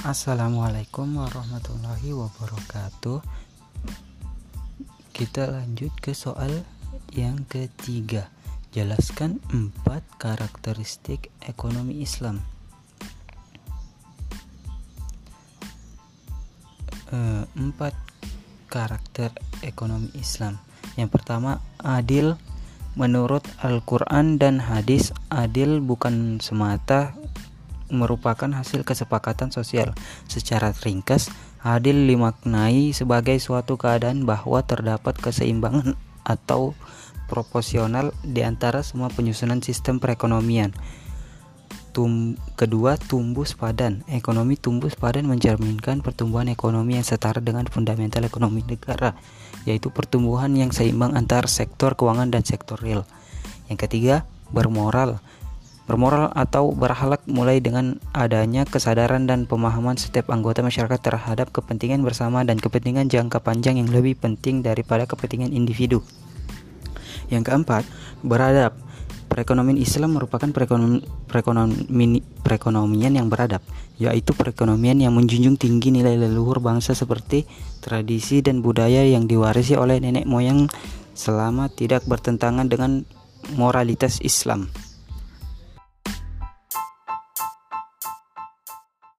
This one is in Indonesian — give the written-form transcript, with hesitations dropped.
Assalamualaikum warahmatullahi wabarakatuh. Kita lanjut ke soal yang ketiga. Jelaskan 4 karakteristik ekonomi Islam. 4 karakter ekonomi Islam. Yang pertama, adil. Menurut Al-Quran dan hadis, adil bukan semata merupakan hasil kesepakatan sosial. Secara ringkas, adil dimaknai sebagai suatu keadaan bahwa terdapat keseimbangan atau proporsional di antara semua penyusunan sistem perekonomian. Kedua, tumbuh sepadan. Ekonomi tumbuh sepadan mencerminkan pertumbuhan ekonomi yang setara dengan fundamental ekonomi negara, yaitu pertumbuhan yang seimbang antar sektor keuangan dan sektor real. Yang ketiga, bermoral atau berakhlak mulai dengan adanya kesadaran dan pemahaman setiap anggota masyarakat terhadap kepentingan bersama dan kepentingan jangka panjang yang lebih penting daripada kepentingan individu. Yang keempat, beradab. Perekonomian Islam merupakan perekonomian yang beradab, yaitu perekonomian yang menjunjung tinggi nilai leluhur bangsa seperti tradisi dan budaya yang diwarisi oleh nenek moyang selama tidak bertentangan dengan moralitas Islam.